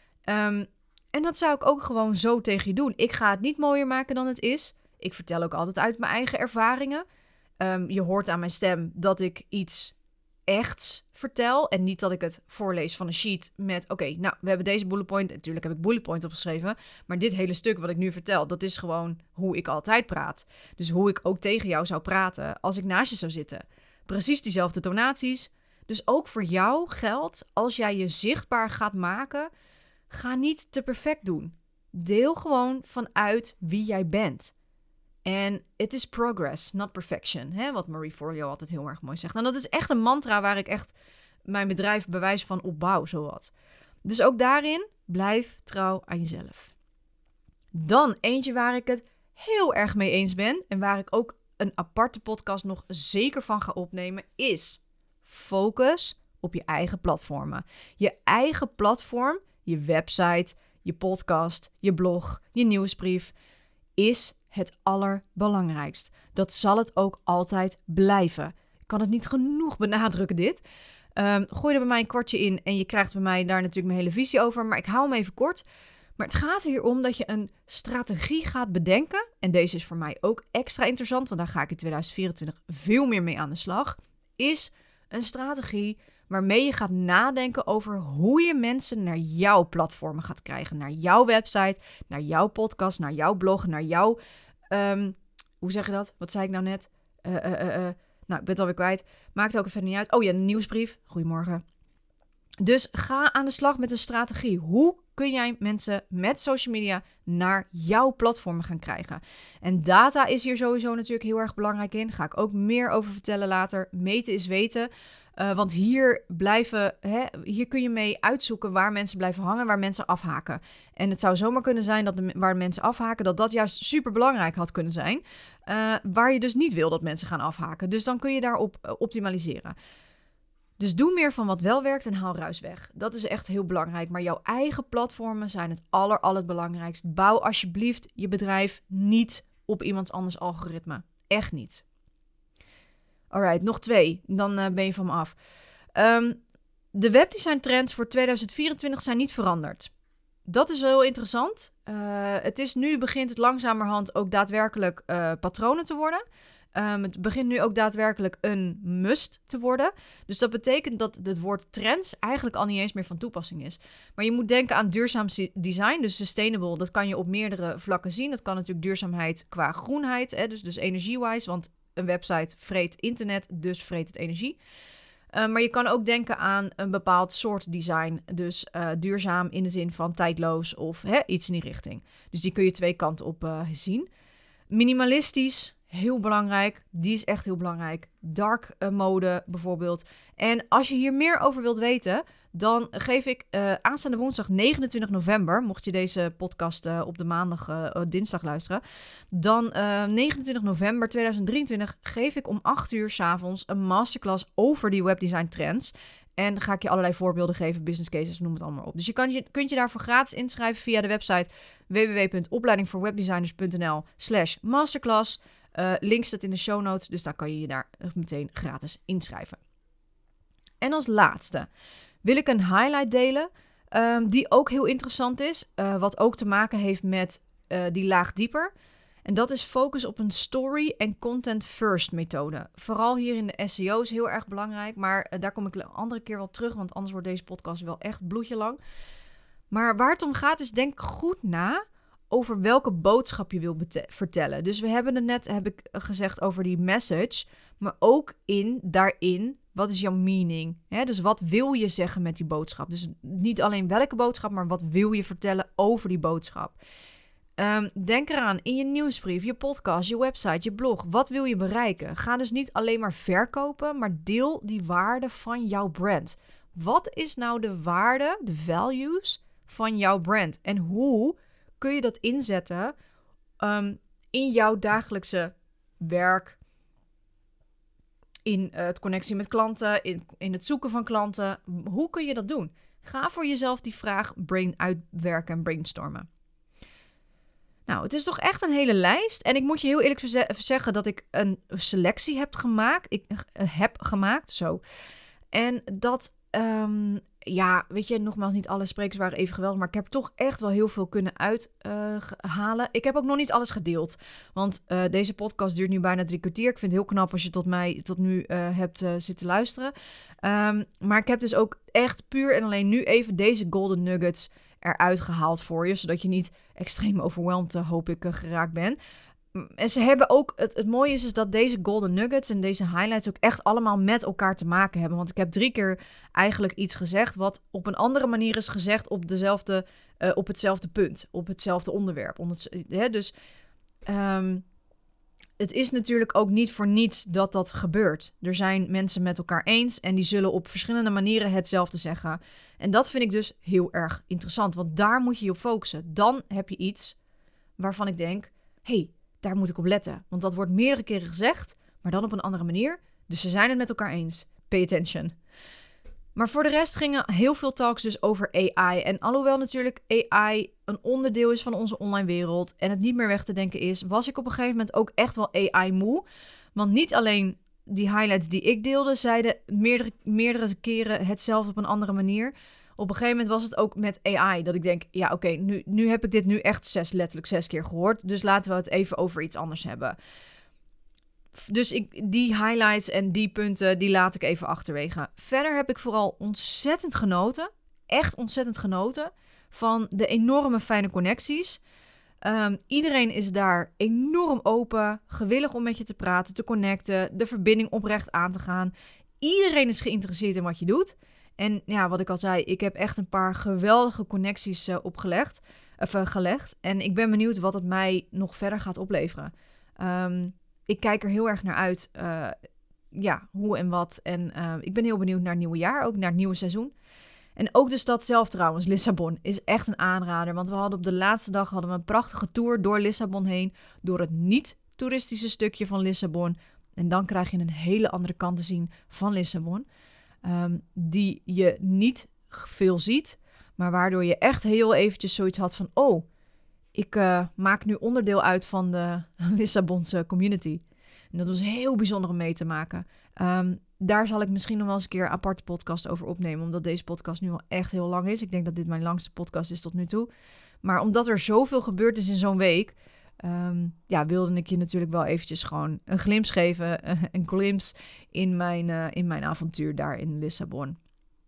En dat zou ik ook gewoon zo tegen je doen. Ik ga het niet mooier maken dan het is. Ik vertel ook altijd uit mijn eigen ervaringen. Je hoort aan mijn stem dat ik iets echts vertel en niet dat ik het voorlees van een sheet met oké, nou, we hebben deze bullet point. Natuurlijk heb ik bullet point opgeschreven, maar dit hele stuk wat ik nu vertel, dat is gewoon hoe ik altijd praat. Dus hoe ik ook tegen jou zou praten als ik naast je zou zitten. Precies diezelfde tonaties. Dus ook voor jou geldt, als jij je zichtbaar gaat maken, ga niet te perfect doen. Deel gewoon vanuit wie jij bent. En it is progress, not perfection. Wat Marie Forleo altijd heel erg mooi zegt. En dat is echt een mantra waar ik echt mijn bedrijf bewijs van opbouw, zowat. Dus ook daarin, blijf trouw aan jezelf. Dan eentje waar ik het heel erg mee eens ben en waar ik ook een aparte podcast nog zeker van ga opnemen, is focus op je eigen platformen. Je eigen platform, je website, je podcast, je blog, je nieuwsbrief, is het allerbelangrijkst. Dat zal het ook altijd blijven. Ik kan het niet genoeg benadrukken dit. Gooi er bij mij een kwartje in en je krijgt bij mij daar natuurlijk mijn hele visie over, maar ik hou hem even kort. Maar het gaat er hier om dat je een strategie gaat bedenken. En deze is voor mij ook extra interessant, want daar ga ik in 2024 veel meer mee aan de slag. Is een strategie waarmee je gaat nadenken over hoe je mensen naar jouw platformen gaat krijgen. Naar jouw website, naar jouw podcast, naar jouw blog, naar jouw... hoe zeg je dat? Wat zei ik nou net? Nou, ik ben het alweer kwijt. Maakt ook even niet uit. Oh ja, een nieuwsbrief. Goedemorgen. Dus ga aan de slag met een strategie. Hoe kun jij mensen met social media naar jouw platformen gaan krijgen? En data is hier sowieso natuurlijk heel erg belangrijk in. Ga ik ook meer over vertellen later. Meten is weten. Want hier kun je mee uitzoeken waar mensen blijven hangen, waar mensen afhaken. En het zou zomaar kunnen zijn dat waar mensen afhaken, dat juist super belangrijk had kunnen zijn. Waar je dus niet wil dat mensen gaan afhaken. Dus dan kun je daarop optimaliseren. Dus doe meer van wat wel werkt en haal ruis weg. Dat is echt heel belangrijk. Maar jouw eigen platformen zijn het allerbelangrijkst. Bouw alsjeblieft je bedrijf niet op iemands anders algoritme. Echt niet. Alright, nog 2. Dan ben je van me af. De webdesign trends voor 2024 zijn niet veranderd. Dat is wel heel interessant. begint het langzamerhand ook daadwerkelijk patronen te worden. Het begint nu ook daadwerkelijk een must te worden. Dus dat betekent dat het woord trends eigenlijk al niet eens meer van toepassing is. Maar je moet denken aan duurzaam design, dus sustainable. Dat kan je op meerdere vlakken zien. Dat kan natuurlijk duurzaamheid qua groenheid, dus energie-wise. Want een website vreet internet, dus vreet het energie. Maar je kan ook denken aan een bepaald soort design. Dus duurzaam in de zin van tijdloos of iets in die richting. Dus die kun je twee kanten op zien. Minimalistisch. Heel belangrijk. Die is echt heel belangrijk. Dark mode bijvoorbeeld. En als je hier meer over wilt weten, dan geef ik aanstaande woensdag 29 november, mocht je deze podcast op de dinsdag luisteren, dan 29 november 2023 geef ik om 8 uur 's avonds een masterclass over die webdesign trends. En ga ik je allerlei voorbeelden geven, business cases, noem het allemaal op. Dus je kunt je daarvoor gratis inschrijven via de website www.opleidingvoorwebdesigners.nl/masterclass. Link staat in de show notes, dus daar kan je je daar meteen gratis inschrijven. En als laatste wil ik een highlight delen die ook heel interessant is. Wat ook te maken heeft met die laag dieper. En dat is focus op een story en content first methode. Vooral hier in de SEO is heel erg belangrijk. Maar daar kom ik een andere keer wel op terug. Want anders wordt deze podcast wel echt bloedje lang. Maar waar het om gaat is denk goed na over welke boodschap je wil vertellen. Dus we hebben het net, heb ik gezegd, over die message. Maar ook daarin, wat is jouw meaning? Dus wat wil je zeggen met die boodschap? Dus niet alleen welke boodschap, maar wat wil je vertellen over die boodschap? Denk eraan, in je nieuwsbrief, je podcast, je website, je blog. Wat wil je bereiken? Ga dus niet alleen maar verkopen, maar deel die waarde van jouw brand. Wat is nou de waarde, de values van jouw brand? En hoe kun je dat inzetten in jouw dagelijkse werk, in het connectie met klanten, in het zoeken van klanten? Hoe kun je dat doen? Ga voor jezelf die vraag uitwerken en brainstormen. Nou, het is toch echt een hele lijst. En ik moet je heel eerlijk zeggen dat ik een selectie heb gemaakt. En dat, weet je, nogmaals, niet alle sprekers waren even geweldig. Maar ik heb toch echt wel heel veel kunnen uithalen. Ik heb ook nog niet alles gedeeld. Want deze podcast duurt nu bijna 3 kwartier. Ik vind het heel knap als je tot nu hebt zitten luisteren. Maar ik heb dus ook echt puur en alleen nu even deze golden nuggets eruit gehaald voor je, zodat je niet extreem overweldigd, hoop ik, geraakt bent. En ze hebben ook, het mooie is dat deze golden nuggets en deze highlights ook echt allemaal met elkaar te maken hebben. Want ik heb 3 keer eigenlijk iets gezegd wat op een andere manier is gezegd op hetzelfde punt, op hetzelfde onderwerp. Het is natuurlijk ook niet voor niets dat gebeurt. Er zijn mensen met elkaar eens en die zullen op verschillende manieren hetzelfde zeggen. En dat vind ik dus heel erg interessant, want daar moet je je op focussen. Dan heb je iets waarvan ik denk, daar moet ik op letten. Want dat wordt meerdere keren gezegd, maar dan op een andere manier. Dus ze zijn het met elkaar eens. Pay attention. Maar voor de rest gingen heel veel talks dus over AI. En alhoewel natuurlijk AI een onderdeel is van onze online wereld en het niet meer weg te denken is, was ik op een gegeven moment ook echt wel AI moe. Want niet alleen die highlights die ik deelde, zeiden meerdere keren hetzelfde op een andere manier. Op een gegeven moment was het ook met AI dat ik denk, ja oké, nu heb ik dit nu echt letterlijk 6 keer gehoord. Dus laten we het even over iets anders hebben. Dus die highlights en die punten, die laat ik even achterwege. Verder heb ik vooral ontzettend genoten, echt ontzettend genoten van de enorme fijne connecties. Iedereen is daar enorm open, gewillig om met je te praten, te connecten, de verbinding oprecht aan te gaan. Iedereen is geïnteresseerd in wat je doet. En ja, wat ik al zei, ik heb echt een paar geweldige connecties gelegd. En ik ben benieuwd wat het mij nog verder gaat opleveren. Ik kijk er heel erg naar uit, hoe en wat. En ik ben heel benieuwd naar het nieuwe jaar, ook naar het nieuwe seizoen. En ook de stad zelf trouwens, Lissabon, is echt een aanrader. Want we hadden op de laatste dag een prachtige tour door Lissabon heen. Door het niet-toeristische stukje van Lissabon. En dan krijg je een hele andere kant te zien van Lissabon. Die je niet veel ziet. Maar waardoor je echt heel eventjes zoiets had van, ik maak nu onderdeel uit van de Lissabonse community. En dat was heel bijzonder om mee te maken. Daar zal ik misschien nog wel eens een keer een aparte podcast over opnemen. Omdat deze podcast nu al echt heel lang is. Ik denk dat dit mijn langste podcast is tot nu toe. Maar omdat er zoveel gebeurd is in zo'n week, wilde ik je natuurlijk wel eventjes gewoon een glimp geven. Een glimp in mijn avontuur daar in Lissabon.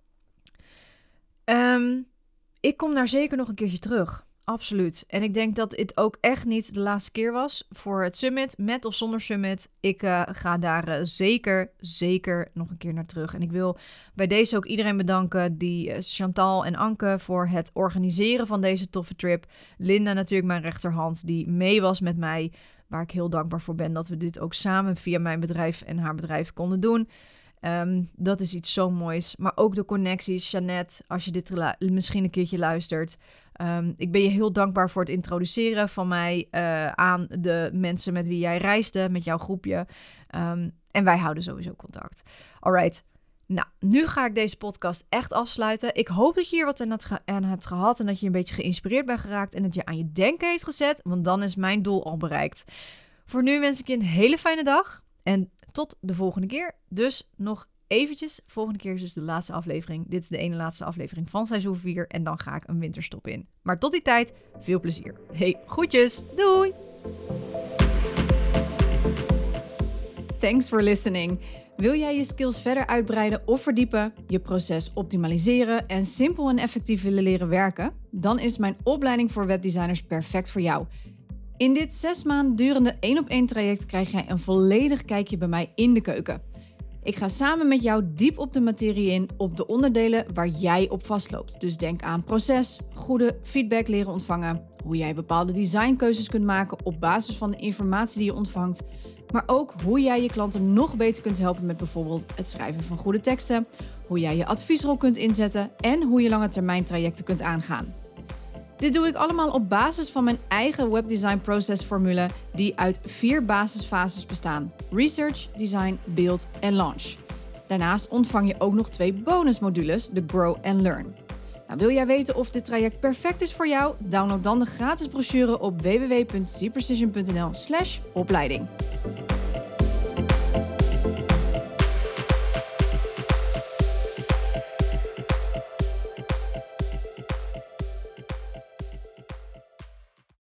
Ik kom daar zeker nog een keertje terug. Absoluut. En ik denk dat het ook echt niet de laatste keer was voor het summit, met of zonder summit. Ik ga daar zeker nog een keer naar terug. En ik wil bij deze ook iedereen bedanken, die Chantal en Anke, voor het organiseren van deze toffe trip. Linda natuurlijk, mijn rechterhand, die mee was met mij, waar ik heel dankbaar voor ben dat we dit ook samen via mijn bedrijf en haar bedrijf konden doen. Dat is iets zo moois. Maar ook de connecties. Jeannette, als je dit misschien een keertje luistert. Ik ben je heel dankbaar voor het introduceren van mij aan de mensen met wie jij reisde, met jouw groepje. En wij houden sowieso contact. Alright. Nou, nu ga ik deze podcast echt afsluiten. Ik hoop dat je hier wat aan hebt gehad en dat je een beetje geïnspireerd bent geraakt en dat je aan je denken heeft gezet, want dan is mijn doel al bereikt. Voor nu wens ik je een hele fijne dag en tot de volgende keer. Dus nog eventjes, volgende keer is dus de laatste aflevering. Dit is de ene laatste aflevering van seizoen 4 en dan ga ik een winterstop in. Maar tot die tijd, veel plezier. Hey, groetjes. Doei! Thanks for listening. Wil jij je skills verder uitbreiden of verdiepen, je proces optimaliseren en simpel en effectief willen leren werken? Dan is mijn opleiding voor webdesigners perfect voor jou. In dit 6 maanden durende 1-op-1 traject krijg jij een volledig kijkje bij mij in de keuken. Ik ga samen met jou diep op de materie in, op de onderdelen waar jij op vastloopt. Dus denk aan proces, goede feedback leren ontvangen, hoe jij bepaalde designkeuzes kunt maken op basis van de informatie die je ontvangt, maar ook hoe jij je klanten nog beter kunt helpen met bijvoorbeeld het schrijven van goede teksten, hoe jij je adviesrol kunt inzetten en hoe je lange termijn trajecten kunt aangaan. Dit doe ik allemaal op basis van mijn eigen webdesign processformule die uit 4 basisfases bestaan: research, design, build en launch. Daarnaast ontvang je ook nog 2 bonusmodules, de Grow and Learn. Nou, wil jij weten of dit traject perfect is voor jou? Download dan de gratis brochure op www.cprecision.nl/opleiding.